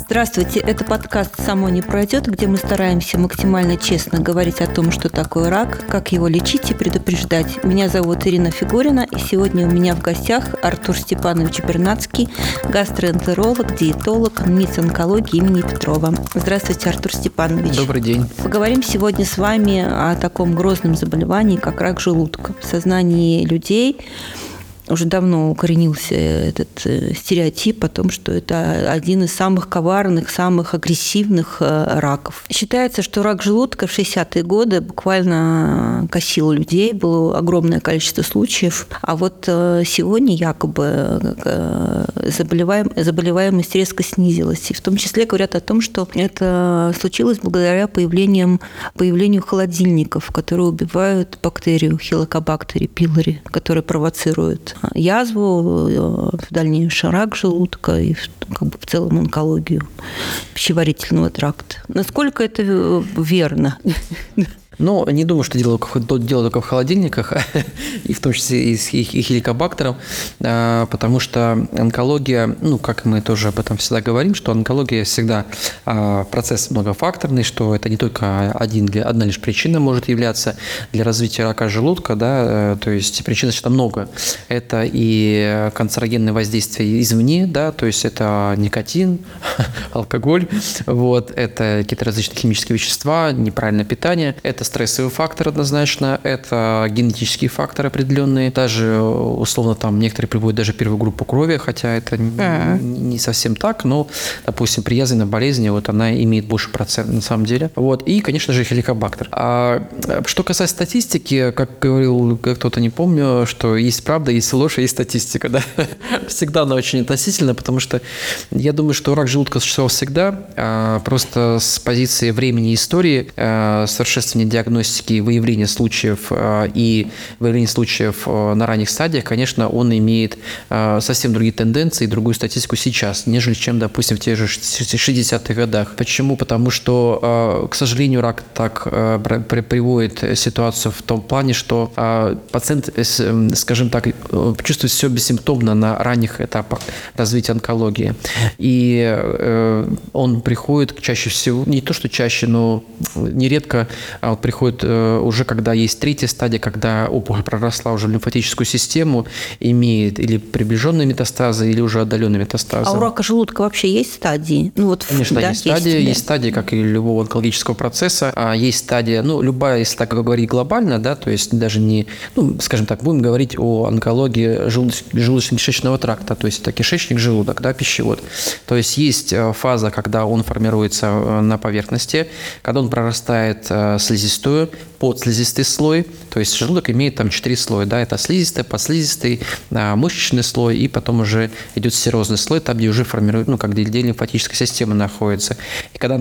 Здравствуйте, это подкаст «Само не пройдет», где мы стараемся максимально честно говорить о том, что такое рак, как его лечить и предупреждать. Меня зовут Ирина Фигурина, и сегодня у меня в гостях Артур Степанович Бернацкий, гастроэнтеролог, диетолог, МИС онкологии имени Петрова. Здравствуйте, Артур Степанович. Добрый день. Поговорим сегодня с вами о таком грозном заболевании, как рак желудка. В сознании людей уже давно укоренился этот стереотип о том, что это один из самых коварных, самых агрессивных раков. Считается, что рак желудка в 60-е годы буквально косил людей, было огромное количество случаев. А вот сегодня якобы заболеваемость резко снизилась. И в том числе говорят о том, что это случилось благодаря появлению холодильников, которые убивают бактерию Helicobacter pylori, которая провоцирует язву, в дальнейшем рак желудка и в целом онкологию пищеварительного тракта. Насколько это верно? Но не думаю, что дело только в холодильниках, и в том числе и хеликобактером, потому что онкология, как мы тоже об этом всегда говорим, что онкология всегда процесс многофакторный, что это не только одна лишь причина может являться для развития рака желудка, да, то есть причин достаточно много. Это и канцерогенное воздействие извне, да, то есть это никотин, алкоголь, это какие-то различные химические вещества, неправильное питание, это стрессовый фактор однозначно, это генетические факторы определенные, даже условно там некоторые приводят даже первую группу крови, хотя это не совсем так, но, допустим, при язвенной болезни она имеет больше процент на самом деле. И, конечно же, хеликобактер. А что касается статистики, как говорил кто-то, не помню, что есть правда, есть ложь, есть статистика, да. Всегда она очень относительна, потому что я думаю, что рак желудка существовал всегда, просто с позиции времени и истории совершенствования диагностики и выявления случаев на ранних стадиях, конечно, он имеет совсем другие тенденции и другую статистику сейчас, нежели чем, допустим, в тех же 60-х годах. Почему? Потому что, к сожалению, рак так приводит ситуацию в том плане, что пациент, скажем так, чувствует себя бессимптомно на ранних этапах развития онкологии. И он приходит чаще всего, не то что чаще, но нередко приходит уже, когда есть третья стадия, когда опухоль проросла уже в лимфатическую систему, имеет или приближенные метастазы, или уже отдаленные метастазы. А у рака желудка вообще есть стадии? Конечно, есть стадии. Есть стадии, как и любого онкологического процесса. Есть стадия, любая, если так говорить глобально, да, то есть даже не, скажем так, будем говорить о онкологии желудочно-кишечного тракта, то есть это кишечник, желудок, да, пищевод. То есть фаза, когда он формируется на поверхности, когда он прорастает слизистую, подслизистый слой, то есть желудок имеет там 4 слоя, да, это слизистый, подслизистый, мышечный слой, и потом уже идет серозный слой, там, где уже формирует, где лимфатическая система находится. И когда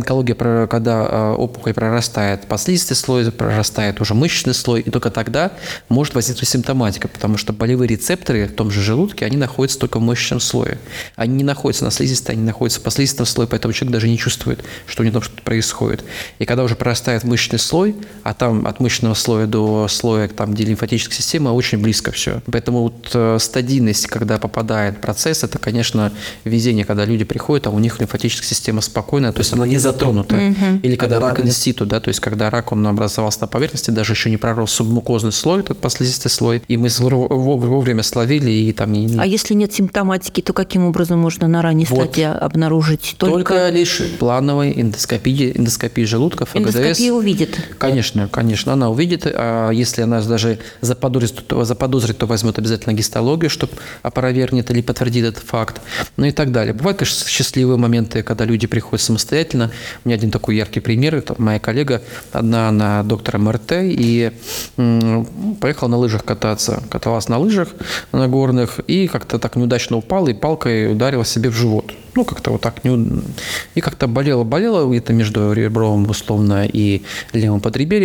опухоль прорастает подслизистый слой, прорастает уже мышечный слой, и только тогда может возникнуть симптоматика, потому что болевые рецепторы в том же желудке, они находятся только в мышечном слое. Они не находятся на слизистой, они находятся в подслизистом слое, поэтому человек даже не чувствует, что у него там что-то происходит. И когда уже прорастает мышечный слой, а там от мышечного слоя до слоя, там, где лимфатическая система, очень близко все. Поэтому стадийность, когда попадает процесс, это, конечно, везение, когда люди приходят, а у них лимфатическая система спокойная, то есть она не затронута. Или когда рак инситу, да, то есть когда рак, он образовался на поверхности, даже еще не пророс субмукозный слой, этот подслизистый слой, и мы вовремя словили и там... А если нет симптоматики, то каким образом можно на ранней стадии обнаружить? Только лишь плановой эндоскопии желудка, ФГДС. Эндоскопия увидит? Конечно, она увидит. А если она даже заподозрит, то возьмет обязательно гистологию, чтобы опровергнет или подтвердит этот факт, и так далее. Бывают, конечно, счастливые моменты, когда люди приходят самостоятельно. У меня один такой яркий пример. Это моя коллега, она доктор МРТ, и поехала на лыжах кататься. Каталась на лыжах на горных, и как-то так неудачно упала, и палкой ударила себе в живот. Как-то вот так. И как-то болело где-то между ребром, условно, и левым подреберьем.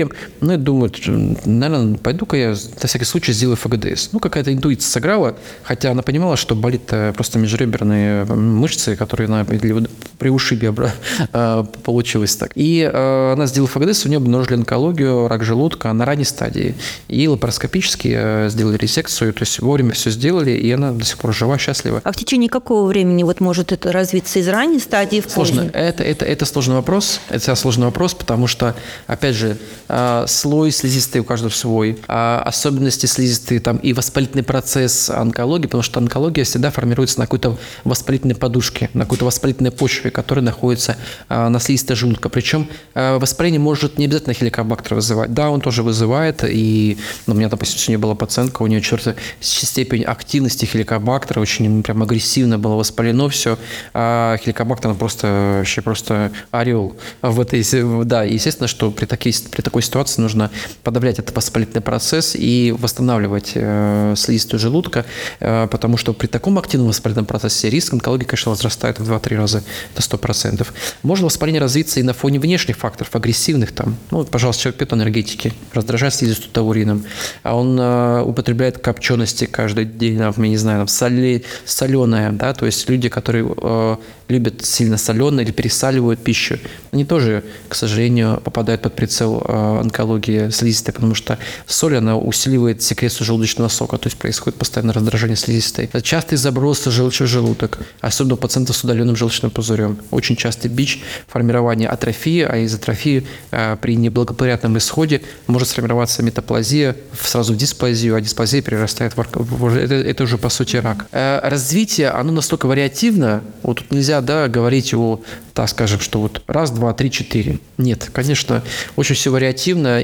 Ну, я думаю, наверное, пойду-ка я на всякий случай сделаю ФГДС. Ну, какая-то интуиция сыграла, хотя она понимала, что болит просто межреберные мышцы, которые при ушибе получилось так. И она сделала ФГДС, у нее обнаружили онкологию, рак желудка на ранней стадии. И лапароскопически сделали резекцию, то есть вовремя все сделали, и она до сих пор жива, счастлива. А в течение какого времени вот может это развиться из ранней стадии в поздней? Сложно. Это сложный вопрос. Это сложный вопрос, потому что, опять же, слой слизистой у каждого свой, особенности слизистой там, и воспалительный процесс онкологии, потому что онкология всегда формируется на какой-то воспалительной подушке, на какой-то воспалительной почве, которая находится на слизистой желудка. Причем воспаление может не обязательно хеликобактер вызывать. Да, он тоже вызывает, и у меня, допустим, сегодня была пациентка, у нее степень активности хеликобактера, очень прям агрессивно было воспалено все, а хеликобактер вообще просто орел в этой. Да, естественно, что при такой ситуации нужно подавлять этот воспалительный процесс и восстанавливать слизистую желудка, потому что при таком активном воспалительном процессе риск онкологии, конечно, возрастает в 2-3 раза до 100%. Может воспаление развиться и на фоне внешних факторов, агрессивных там. Ну, пожалуйста, человек пьет энергетики, раздражает слизистую таурином, а он употребляет копчености каждый день, я не знаю, соленое, да, то есть люди, которые любят сильно соленое или пересаливают пищу, они тоже, к сожалению, попадают под прицел онкологии слизистой, потому что соль, она усиливает секрецию желудочного сока, то есть происходит постоянное раздражение слизистой. Частые забросы желчи в желудок, особенно у пациентов с удаленным желчным пузырем. Очень частый бич формирования атрофии, а из атрофии при неблагоприятном исходе может сформироваться метаплазия сразу в дисплазию, а дисплазия перерастает это уже по сути рак. Развитие, оно настолько вариативно, вот тут нельзя говорить о, так скажем, что вот раз, два, три, четыре. Нет, конечно, очень все вариативно,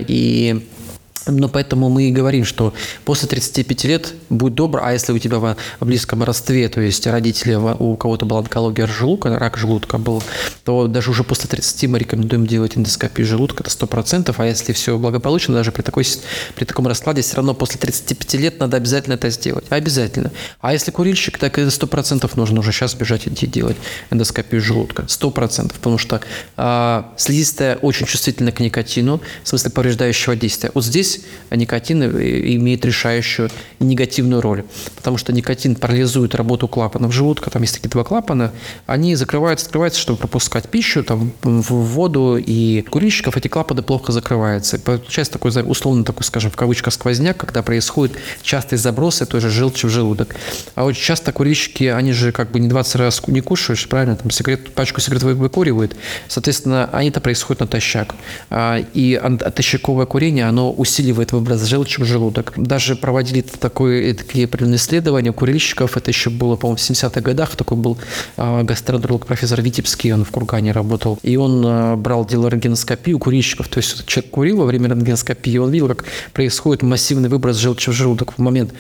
но поэтому мы и говорим, что после 35 лет будь добр, а если у тебя в близком родстве, то есть родители, у кого-то была онкология желудка, рак желудка был, то даже уже после 30 мы рекомендуем делать эндоскопию желудка, это 100%, а если все благополучно, даже при таком раскладе, все равно после 35 лет надо обязательно это сделать. Обязательно. А если курильщик, так это 100% нужно уже сейчас бежать идти делать эндоскопию желудка. 100%, потому что слизистая очень чувствительна к никотину, в смысле повреждающего действия. Вот здесь никотин имеет решающую негативную роль, потому что никотин парализует работу клапанов желудка, там есть такие два клапана, они закрываются, чтобы пропускать пищу там, в воду, и у курильщиков эти клапаны плохо закрываются. Получается такой, условно такой, скажем, в кавычках сквозняк, когда происходят частые забросы той же желчи в желудок. А вот часто курильщики, они же как бы не 20 раз не кушают, правильно, там пачку сигарет выкуривают, соответственно, это происходит натощак. И натощаковое курение, оно усиливает выброс желчи в желудок. Даже проводили такие определенные исследования у курильщиков, это еще было, по-моему, в 70-х годах, такой был гастроэнтеролог профессор Витебский, он в Кургане работал, и он делал рентгеноскопию у курильщиков, то есть человек курил во время рентгеноскопии, он видел, как происходит массивный выброс желчи в желудок в момент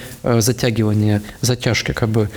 затяжки, как бы.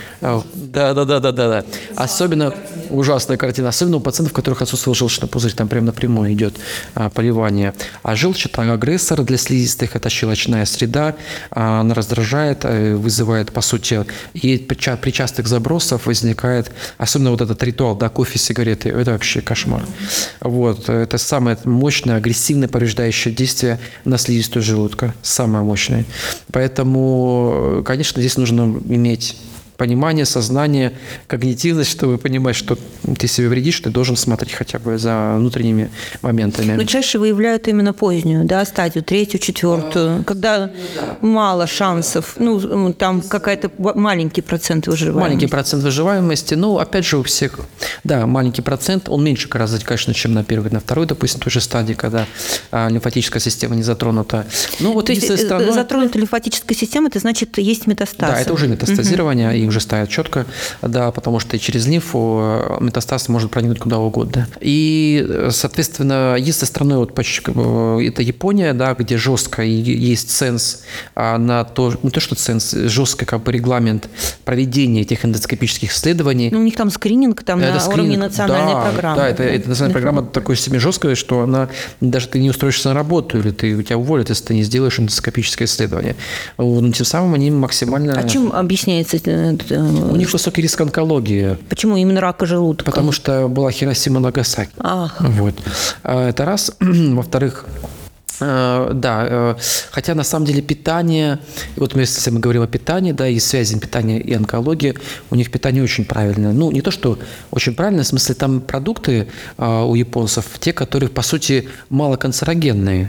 Да. Особенно ужасная картина, особенно у пациентов, у которых отсутствовал желчный пузырь, там прямо напрямую идет поливание. А желчь – это агрессор для слизистой, это щелочная среда, она раздражает, вызывает, по сути, и при частых забросах возникает, особенно вот этот ритуал, да, кофе, сигареты, это вообще кошмар. Вот, это самое мощное, агрессивное повреждающее действие на слизистую желудка, самое мощное. Поэтому, конечно, здесь нужно иметь понимание, сознание, когнитивность, чтобы понимать, что ты себе вредишь, ты должен смотреть хотя бы за внутренними моментами. Но чаще выявляют именно позднюю, да, стадию, 3-ю, 4-ю, когда мало шансов, там какой-то маленький процент выживаемости. Маленький процент выживаемости, опять же у всех, да, маленький процент, он меньше гораздо, конечно, чем на первой, на второй, допустим, той же стадии, когда лимфатическая система не затронута. То есть затронута лимфатическая система, это значит, есть метастазы. Да, это уже метастазирование, и уже ставят четко, да, потому что через лимфу метастаз может проникнуть куда угодно. И, соответственно, единственной страной это Япония, да, где жестко есть ценз на то, не то что ценз, жесткий как бы регламент проведения этих эндоскопических исследований. У них там скрининг на уровне национальной программы. Да, это национальная программа такой себе жесткая, что она даже ты не устроишься на работу, или тебя уволят, если ты не сделаешь эндоскопическое исследование. Но тем самым они максимально... А чем объясняется это? У них высокий риск онкологии. Почему именно рака желудка? Потому что была Хиросима, Нагасаки. Вот. Это раз. Во-вторых, Да, хотя на самом деле питание, вот если мы говорим о питании, да, и связи питания и онкологии, у них питание очень правильное. Ну, не то, что очень правильное, в смысле, там продукты у японцев, те, которые, по сути, малоканцерогенные.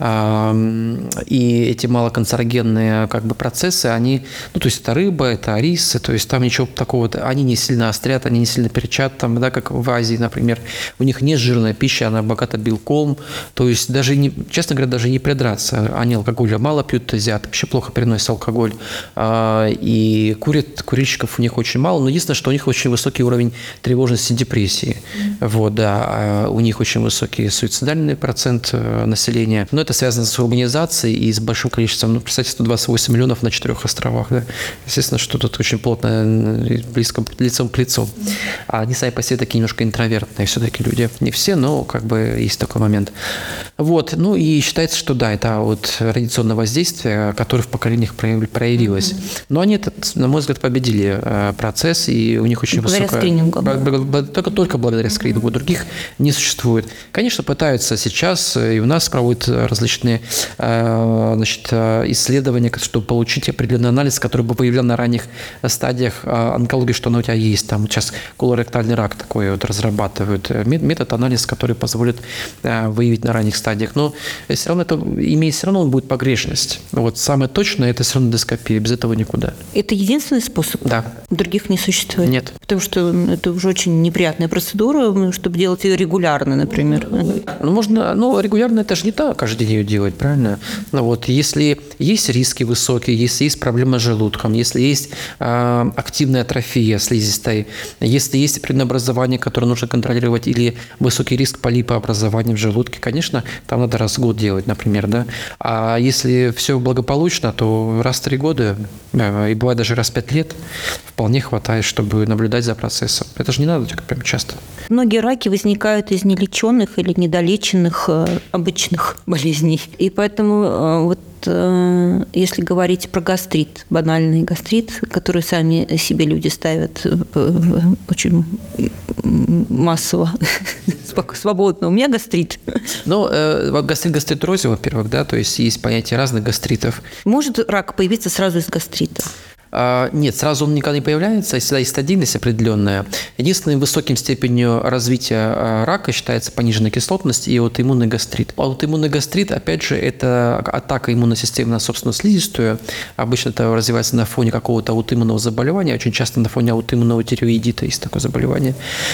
И эти малоканцерогенные как бы процессы, они, ну, то есть это рыба, это рис, то есть там ничего такого, они не сильно острят, они не сильно перчат, там, да, как в Азии, например. У них не жирная пища, она богата белком, то есть даже, честно говоря, даже не придраться. Они алкоголя мало пьют, азиаты вообще плохо переносят алкоголь. И курильщиков у них очень мало. Но единственное, что у них очень высокий уровень тревожности и депрессии. Вот, да. У них очень высокий суицидальный процент населения. Но это связано с урбанизацией и с большим количеством, ну, представьте, 128 миллионов на 4 островах. Да? Естественно, что тут очень плотно, близко лицом к лицу. А они сами по себе такие немножко интровертные все-таки люди. Не все, но как бы есть такой момент. Вот. Ну и считается, что да, это вот радиационное воздействие, которое в поколениях проявилось. Но они, на мой взгляд, победили процесс, и у них очень благодаря скринингу. Только благодаря скринингу. Других не существует. Конечно, пытаются сейчас, и у нас проводят различные исследования, чтобы получить определенный анализ, который бы выявлял на ранних стадиях онкологии, что она у тебя есть. Там сейчас колоректальный рак такой вот разрабатывают. Метод анализа, который позволит выявить на ранних стадиях. Но все равно это имеет, все равно он будет погрешность. Вот самое точное – это все равно эндоскопия, без этого никуда. Это единственный способ? Да. Других не существует? Нет. Потому что это уже очень неприятная процедура, чтобы делать ее регулярно, например. Ну, можно, но регулярно это же не так, каждый день ее делать, правильно? Ну, вот, если есть риски высокие, если есть проблема с желудком, если есть активная атрофия слизистой, если есть определенное образование, которое нужно контролировать, или высокий риск полипообразования в желудке, конечно, там надо раз в год делать, например, да. А если все благополучно, то раз в 3 года, и бывает даже раз в 5 лет, вполне хватает, чтобы наблюдать за процессом. Это же не надо так прям часто. Многие раки возникают из нелеченных или недолеченных обычных болезней. И поэтому вот если говорить про гастрит, банальный гастрит, который сами себе люди ставят очень массово, свободно. У меня гастрит. Ну, гастрит-гастритрозия, во-первых, да, то есть понятие разных гастритов. Может рак появиться сразу из гастрита? Нет, сразу он никогда не появляется, всегда есть стадийность определенная. Единственной высоким степенью развития рака считается пониженная кислотность и аутоиммунный гастрит. Аутоиммунный гастрит, опять же, это атака иммунной системы на собственную слизистую. Обычно это развивается на фоне какого-то аутоиммунного заболевания, очень часто на фоне аутоиммунного тиреоидита есть такое заболевание.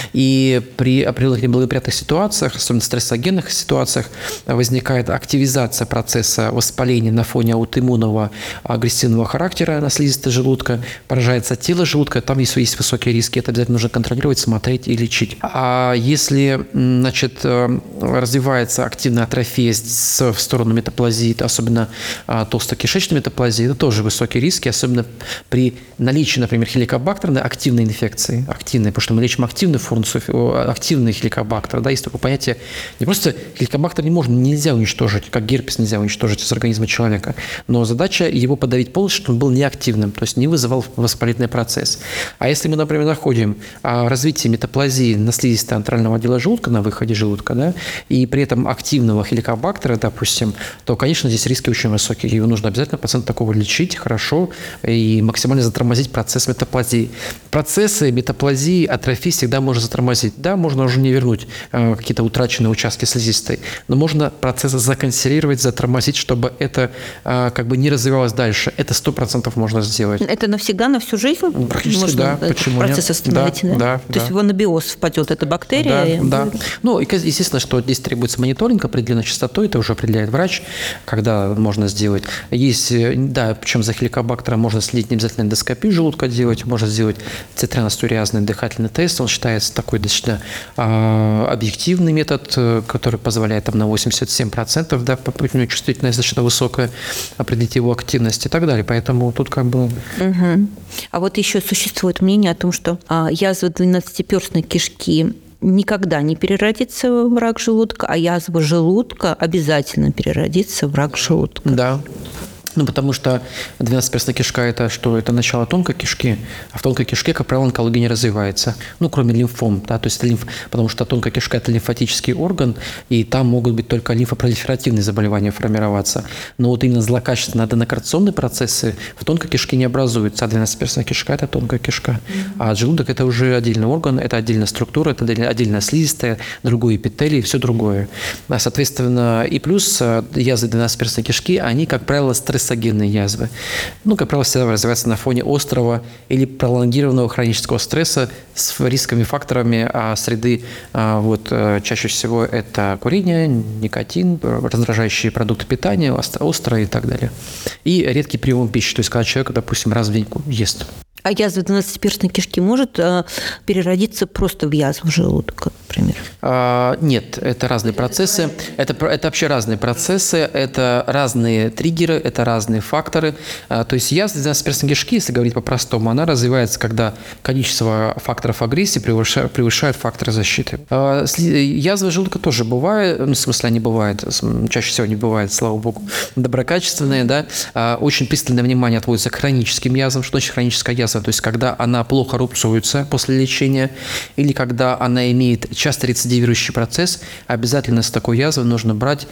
И при определенных неблагоприятных ситуациях, особенно стрессогенных ситуациях, возникает активизация процесса воспаления на фоне аутоиммунного агрессивного характера на слизистой желудка, поражается тело желудка, там есть высокие риски, это обязательно нужно контролировать, смотреть и лечить. А если, значит, развивается активная атрофия в сторону метаплазии, особенно толстокишечной метаплазии, это тоже высокие риски, особенно при наличии, например, хеликобактерной активной инфекции, активной, потому что мы лечим активную функцию, активный хеликобактер, да, есть такое понятие, не просто хеликобактер нельзя уничтожить, как герпес нельзя уничтожить из организма человека, но задача его подавить полностью, чтобы он был неактивным, то есть не вызывал воспалительный процесс. А если мы, например, находим развитие метаплазии на слизистой антрального отдела желудка, на выходе желудка, да, и при этом активного хеликобактера, допустим, то, конечно, здесь риски очень высокие. Его нужно обязательно пациента такого лечить хорошо и максимально затормозить процесс метаплазии. Процессы метаплазии, атрофии всегда можно затормозить. Да, можно уже не вернуть какие-то утраченные участки слизистой, но можно процессы законсервировать, затормозить, чтобы это как бы не развивалось дальше. Это 100% можно сделать. Это навсегда, на всю жизнь? Практически, можно, да. Почему процесс нет? остановить, да? Да, То есть в анабиоз впадет эта бактерия? Да. Ну, естественно, что здесь требуется мониторинг определенной частотой, это уже определяет врач, когда можно сделать. Есть, да, причем за хеликобактером можно следить, не обязательно эндоскопию желудка делать, можно сделать цитраностуриазный дыхательный тест, он считается такой достаточно объективный метод, который позволяет там на 87%, да, чувствительность достаточно высокая, определить его активность и так далее. Поэтому тут как бы... Угу. А вот еще существует мнение о том, что язва двенадцатиперстной кишки никогда не переродится в рак желудка, а язва желудка обязательно переродится в рак желудка. Да. Потому что 12-перстная кишка – это что? Это начало тонкой кишки, а в тонкой кишке, как правило, онкология не развивается. Кроме лимфом, да, то есть потому что тонкая кишка – это лимфатический орган, и там могут быть только лимфопролиферативные заболевания формироваться. Но вот именно злокачественные аденокарциновые процессы в тонкой кишке не образуются, а 12-перстная кишка – это тонкая кишка. А желудок – это уже отдельный орган, это отдельная структура, это отдельная слизистая, другой эпителий, все другое. Соответственно, и плюс язвы 12-перстной кишки, они, как правило, стрессогенные язвы. Как правило, всегда развиваются на фоне острого или пролонгированного хронического стресса с рисковыми факторами среды. Чаще всего это курение, никотин, раздражающие продукты питания, острое и так далее. И редкий прием пищи, то есть когда человек, допустим, раз в день ест. А язва 12-перстной кишки может переродиться просто в язву желудка, например? Нет, это разные процессы. Это вообще разные процессы, это разные триггеры, это разные факторы. То есть язва 12-перстной кишки, если говорить по-простому, она развивается, когда количество факторов агрессии превышает факторы защиты. Язва желудка тоже бывает, в смысле они бывают, чаще всего не бывает, слава богу, доброкачественные, да. Очень пристальное внимание отводится к хроническим язвам. Что значит хроническая язва? То есть, когда она плохо рубцуется после лечения, или когда она имеет часто рецидивирующий процесс, обязательно с такой язвой нужно брать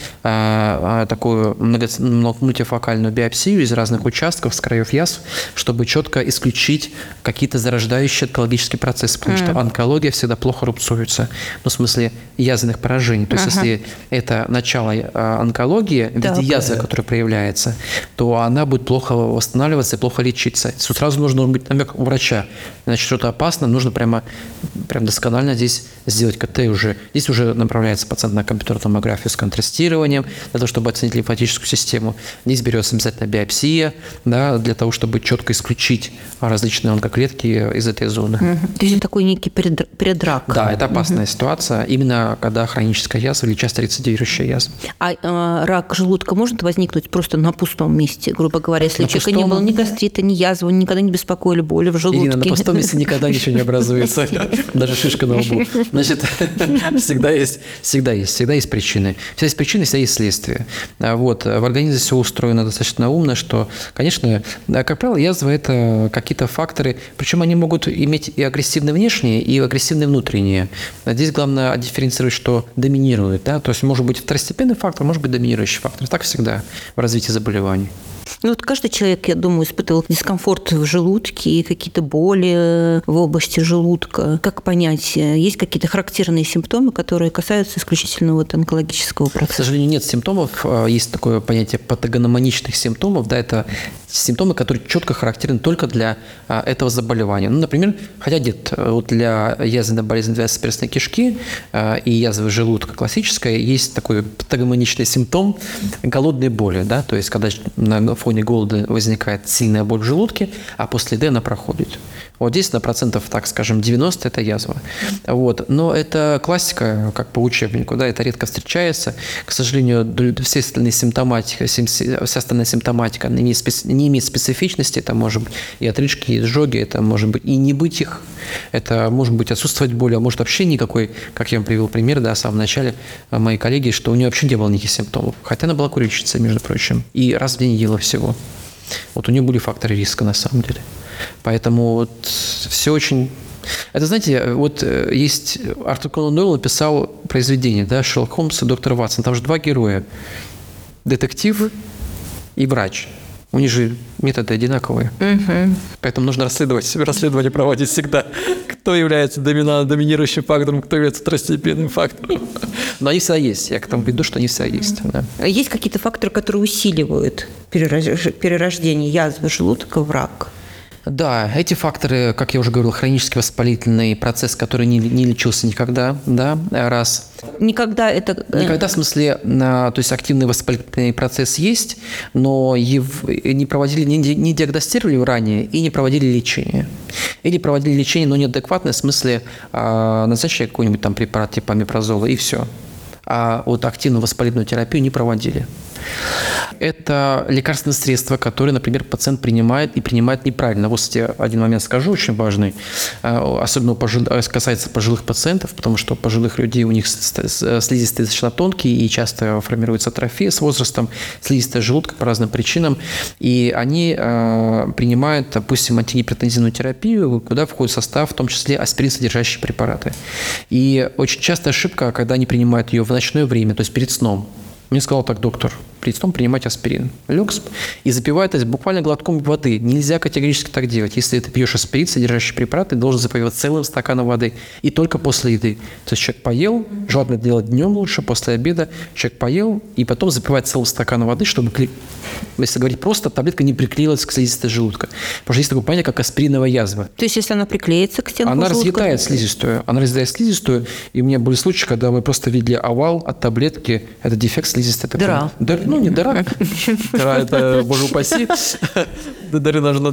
такую мультифокальную биопсию из разных участков, с краев язв, чтобы четко исключить какие-то зарождающие онкологические процессы, потому что онкология всегда плохо рубцуется, в смысле язвенных поражений. То есть, если это начало онкологии в виде язвы, которая проявляется, то она будет плохо восстанавливаться и плохо лечиться. Сразу нужно быть намек у врача. Значит, что-то опасно, нужно прям досконально здесь сделать КТ уже. Здесь уже направляется пациент на компьютерную томографию с контрастированием, для того, чтобы оценить лимфатическую систему. Здесь берется обязательно биопсия, да, для того, чтобы четко исключить различные онкоклетки из этой зоны. То есть такой некий предрак. Да, это опасная ситуация, именно когда хроническая язва или часто рецидивирующая язва. А рак желудка может возникнуть просто на пустом месте, грубо говоря, если у человека не было ни гастрита, ни язвы, никогда не беспокоили боли в желудке? Ирина, на пустом месте никогда ничего не образуется, даже шишка на лбу. Значит, всегда есть причины. Всегда есть причины, всегда есть следствие. В организме все устроено достаточно умно, что, конечно, как правило, язва – это какие-то факторы, причем они могут иметь и агрессивные внешние, и агрессивные внутренние. Здесь главное отдифференцировать, что доминирует. Да? То есть может быть второстепенный фактор, может быть доминирующий фактор. Так всегда в развитии заболеваний. Каждый человек, я думаю, испытывал дискомфорт в желудке и какие-то боли в области желудка. Как понять, есть какие-то характерные симптомы, которые касаются исключительно онкологического процесса? К сожалению, нет симптомов. Есть такое понятие патогономоничных симптомов. Да, это симптомы, которые четко характерны только для этого заболевания. Например, хотя нет, для язвенной болезни 12-перстной кишки и язвы желудка классической есть такой патогономоничный симптом голодной боли. Да? То есть, когда на фоне голода возникает сильная боль в желудке, а после еды она проходит. Здесь на процентов, так скажем, 90 – это язва. Но это классика, как по учебнику, да, это редко встречается. К сожалению, вся остальная симптоматика не имеет специфичности. Это может быть и отрыжки, и изжоги, это может быть и не быть их, это может быть отсутствовать боли, а может вообще никакой, как я вам привел пример, да, в самом начале, моей коллеги, что у нее вообще не было никаких симптомов. Хотя она была курильщицей, между прочим, и раз в день ела всего. У нее были факторы риска на самом деле. Поэтому все очень... Это, знаете, есть Артур Конан Дойл написал произведение, да, «Шерлок Холмс и доктор Ватсон». Там же два героя. Детектив и врач. У них же методы одинаковые. Поэтому нужно расследование проводить всегда. Кто является доминирующим фактором, кто является второстепенным фактором. Но они всегда есть. Я к тому веду, что они всегда есть. Да. Есть какие-то факторы, которые усиливают перерождение язвы желудка в рак? Да, эти факторы, как я уже говорил, хронический воспалительный процесс, который не лечился никогда, да, раз. Никогда это... Никогда, в смысле, то есть активный воспалительный процесс есть, но не проводили, не диагностировали ранее и не проводили лечение. Или проводили лечение, но неадекватное, в смысле, назначили какой-нибудь там препарат типа омепразола и все. А активную воспалительную терапию не проводили. Это лекарственные средства, которые, например, пациент принимает и принимает неправильно. Вот, кстати, один момент скажу, очень важный. Особенно касается пожилых пациентов, потому что у пожилых людей у них слизистые достаточно тонкие и часто формируется атрофия с возрастом, слизистая желудка по разным причинам. И они принимают, допустим, антигипертензивную терапию, куда входит в состав, в том числе аспирин-содержащие препараты. И очень часто ошибка, когда они принимают ее в ночное время, то есть перед сном. Мне сказал так доктор: перед сном принимать аспирин. Лег и запивает это буквально глотком воды. Нельзя категорически так делать. Если ты пьешь аспирин, содержащий препарат, ты должен запивать целым стаканом воды. И только после еды. То есть человек поел, желательно делать днем лучше, после обеда. Человек поел, и потом запивать целым стаканом воды, чтобы, если говорить просто, таблетка не приклеилась к слизистой желудка. Потому что есть такое понятие, как аспириновая язва. То есть если она приклеится к стенку она желудка? разъедает слизистую. Она разъедает слизистую. И у меня были случаи, когда мы просто видели овал от таблетки. Это дефект слизистой. Дыра. Ну, не дыра. Дыра, это, боже упаси. До дыры нужно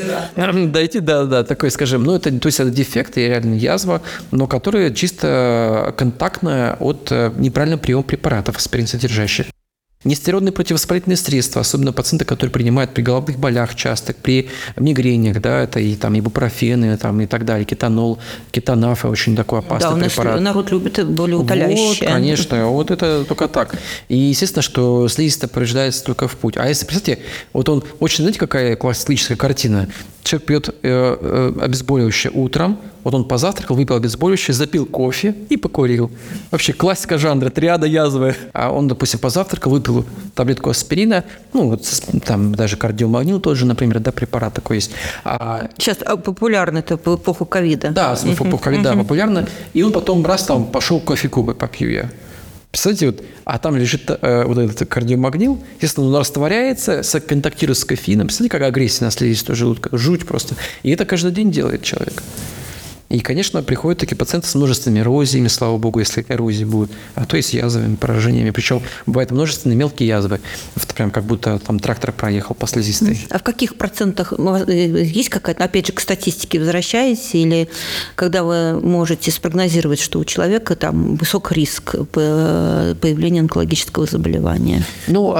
дойти, да, такой, скажем, ну, это, то есть это дефект и реально язва, но которая чисто контактная от неправильного приема препаратов, аспирин содержащих. Нестероидные противовоспалительные средства, особенно пациенты, которые принимают при головных болях часто, при мигрениях, да, это и там ибупрофены, там и так далее, кетанол, кетанаф, очень такой опасный препарат. Да, народ любит болеутоляющее. Вот, конечно, вот это только так. И естественно, что слизистая повреждается только в путь. А если, представьте, вот он очень, знаете, какая классическая картина? Человек пьет обезболивающее утром, вот он позавтракал, выпил обезболивающее, запил кофе и покурил. Вообще классика жанра, триада язвы. А он, допустим, позавтракал, выпил таблетку аспирина, ну, вот там даже кардиомагнил тот же, например, да, препарат такой есть. Сейчас популярно это в эпоху ковида. Да, в эпоху ковида популярно. И он потом раз там пошел кофе-кубы попью я. Представляете, вот, а там лежит вот этот кардиомагнил, естественно, он растворяется, контактирует с кофеином. Представляете, какая агрессия на слизистую желудка? Жуть просто. И это каждый день делает человек. И, конечно, приходят такие пациенты с множественными эрозиями, слава богу, если эрозии будут, а то и с язвами, поражениями. Причем бывают множественные мелкие язвы. Это прям как будто там трактор проехал по слизистой. А в каких процентах есть какая-то, опять же, к статистике возвращаетесь, или когда вы можете спрогнозировать, что у человека там высок риск появления онкологического заболевания? Ну,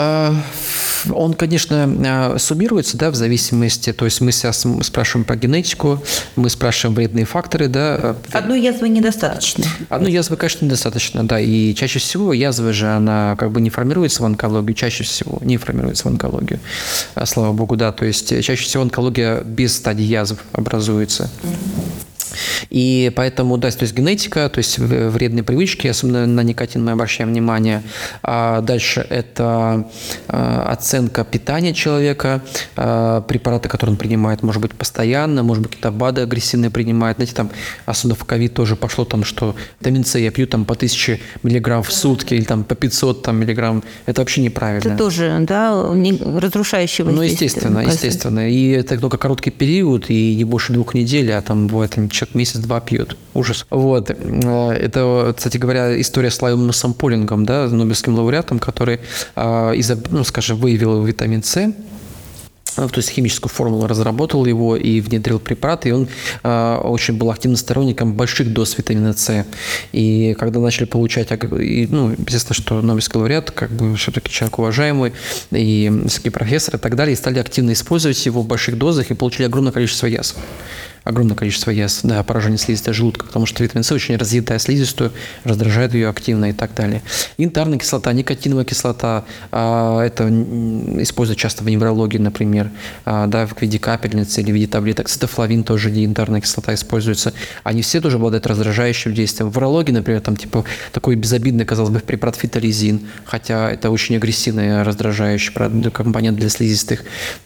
он, конечно, суммируется, да, в зависимости, то есть мы сейчас спрашиваем по генетику, мы спрашиваем вредные факторы, да. Одной язвы недостаточно. Одной язвы, конечно, недостаточно, да, и чаще всего язва же, она как бы не формируется в онкологию, чаще всего не формируется в онкологию, слава богу, да, то есть чаще всего онкология без стадий язв образуется. И поэтому, да, то есть генетика, то есть вредные привычки, особенно на никотин мы обращаем внимание. А дальше это оценка питания человека, препараты, которые он принимает, может быть, постоянно, может быть, какие-то БАДы агрессивные принимает. Знаете, там, особенно в ковид тоже пошло там, что витамин С я пью там по 1000 миллиграмм в сутки или там по 500 там, миллиграмм. Это вообще неправильно. Это тоже, да, разрушающее воздействие. Ну, естественно. И это только короткий период, и не больше 2 недель, а там бывает человек месяц-два пьет. Ужас. Вот. Это, кстати говоря, история с Лайонусом Полингом, да, нобелевским лауреатом, который, выявил витамин С, то есть химическую формулу разработал его и внедрил препарат, и он очень был активным сторонником больших доз витамина С. И когда начали получать, естественно, что нобелевский лауреат, как бы все-таки человек уважаемый, и профессор и так далее, и стали активно использовать его в больших дозах и получили огромное количество язв. Огромное количество язв, да, поражение слизистой желудка, потому что витамин С очень разъедает слизистую, раздражает ее активно и так далее. Янтарная кислота, никотиновая кислота, это используют часто в неврологии, например, да, в виде капельницы или в виде таблеток. Цитофлавин тоже, янтарная кислота используется. Они все тоже обладают раздражающим действием. В урологии, например, там типа такой безобидный, казалось бы, препарат фитолизин, хотя это очень агрессивный раздражающий компонент для слизистых.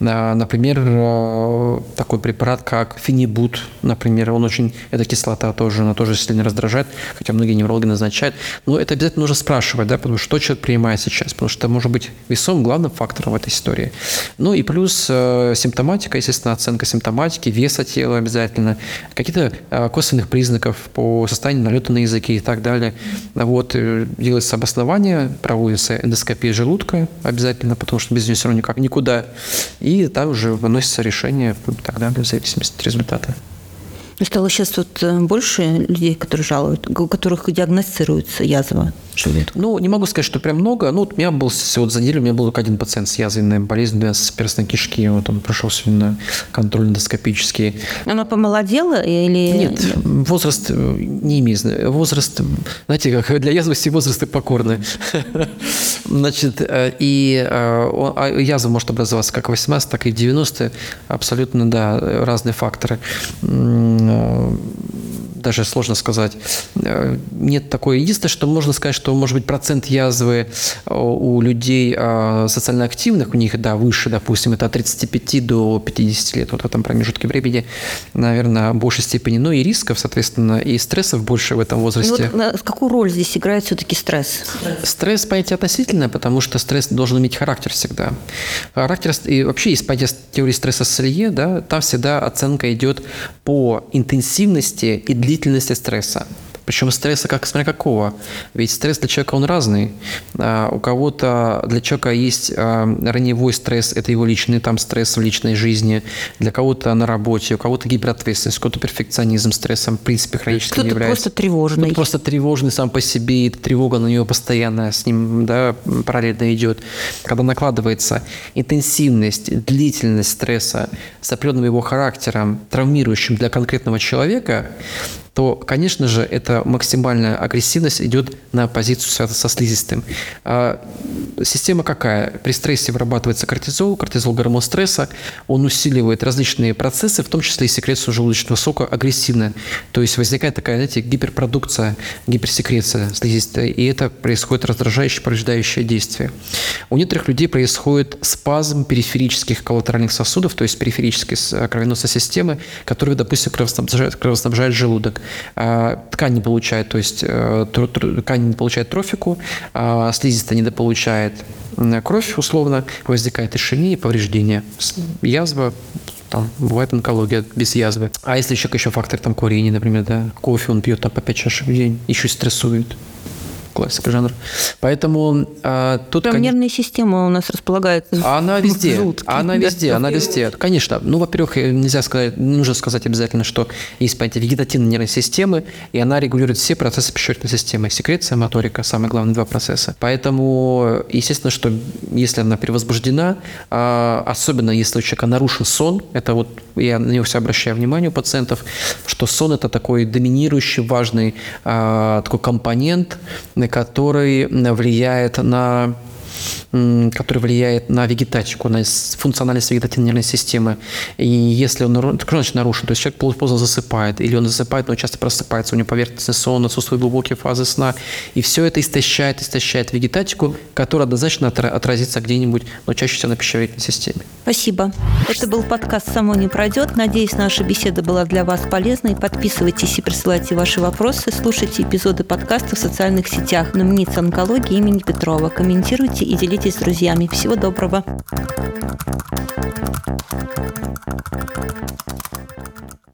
Например, такой препарат, как фенибут, например, эта кислота тоже, она тоже сильно раздражает, хотя многие неврологи назначают. Но это обязательно нужно спрашивать, да, потому что человек принимает сейчас, потому что это может быть весомым главным фактором в этой истории. Ну и плюс симптоматика, естественно, оценка симптоматики, веса тела обязательно, какие-то косвенных признаков по состоянию налета на языке и так далее. Вот, делается обоснование, проводится эндоскопия желудка обязательно, потому что без нее все равно никак никуда. И там уже выносится решение и так далее, в зависимости от результата. Стало сейчас больше людей, которые жалуют, у которых диагностируется язва желудка. Не могу сказать, что прям много. У меня был за неделю только один пациент с язвенной болезнью с перстной кишки. Он прошел сегодня на контроль эндоскопический. Она помолодела или... Нет, возраст не имеет. Возраст, знаете, как для язвости возрасты покорны. Значит, и язва может образоваться как в 18, так и в 90. Абсолютно, да, разные факторы. Даже сложно сказать. Нет такое. Единственное, что можно сказать, что, может быть, процент язвы у людей социально активных, у них, да, выше, допустим, это от 35 до 50 лет. В этом промежутке времени, наверное, в большей степени. И рисков, соответственно, и стрессов больше в этом возрасте. Какую роль здесь играет все-таки стресс? Стресс – понятие относительное, потому что стресс должен иметь характер всегда. Характер, и вообще есть понятие теории стресса Салье, да, там всегда оценка идет по интенсивности и длительности стресса. Причем стресса смотря какого. Ведь стресс для человека, он разный. У кого-то для человека есть раневой стресс, это его личный стресс в личной жизни. Для кого-то на работе, у кого-то гиперответственность, у кого-то перфекционизм стрессом, в принципе, хроническим является. Кто-то просто тревожный. Кто-то просто тревожный сам по себе, и тревога на него постоянно с ним, да, параллельно идет. Когда накладывается интенсивность, длительность стресса с определенным его характером, травмирующим для конкретного человека, то, конечно же, эта максимальная агрессивность идет на позицию связанную со слизистым. Система какая? При стрессе вырабатывается кортизол гормон стресса, он усиливает различные процессы, в том числе и секрецию желудочного сока агрессивно. То есть возникает такая, знаете, гиперпродукция, гиперсекреция слизистой, и это происходит раздражающее, повреждающее действие. У некоторых людей происходит спазм периферических коллатеральных сосудов, то есть периферической кровеносной системы, которые, допустим, кровоснабжают желудок. Ткань не получает, то есть ткань не получает трофику, слизистая недополучает кровь, условно, возникает ишемия, повреждение. Язва, бывает онкология без язвы. А если еще фактор курения, например, да, кофе он пьет по 5 чашек в день, еще и стрессует. Классика жанр. Поэтому тут... нервная система у нас располагается. Она везде. Желудке. Она везде. Конечно. Во-первых, нужно сказать обязательно, что есть понятие вегетативной нервной системы, и она регулирует все процессы пищеварительной системы. Секреция, моторика, самые главные два процесса. Поэтому, естественно, что если она перевозбуждена, особенно если у человека нарушен сон, это я на него все обращаю внимание у пациентов, что сон – это такой доминирующий, важный такой компонент, который влияет на вегетатику, на функциональность вегетативной нервной системы. И если он нарушен, то есть человек поздно засыпает, или он засыпает, но часто просыпается, у него поверхностный сон, отсутствуют глубокие фазы сна, и все это истощает вегетатику, которая однозначно отразится где-нибудь, но чаще всего на пищеварительной системе. Спасибо. Это был подкаст «Само не пройдет». Надеюсь, наша беседа была для вас полезной. Подписывайтесь и присылайте ваши вопросы. Слушайте эпизоды подкаста в социальных сетях «Номница онкологии» имени Петрова. Комментируйте и делитесь с друзьями. Всего доброго.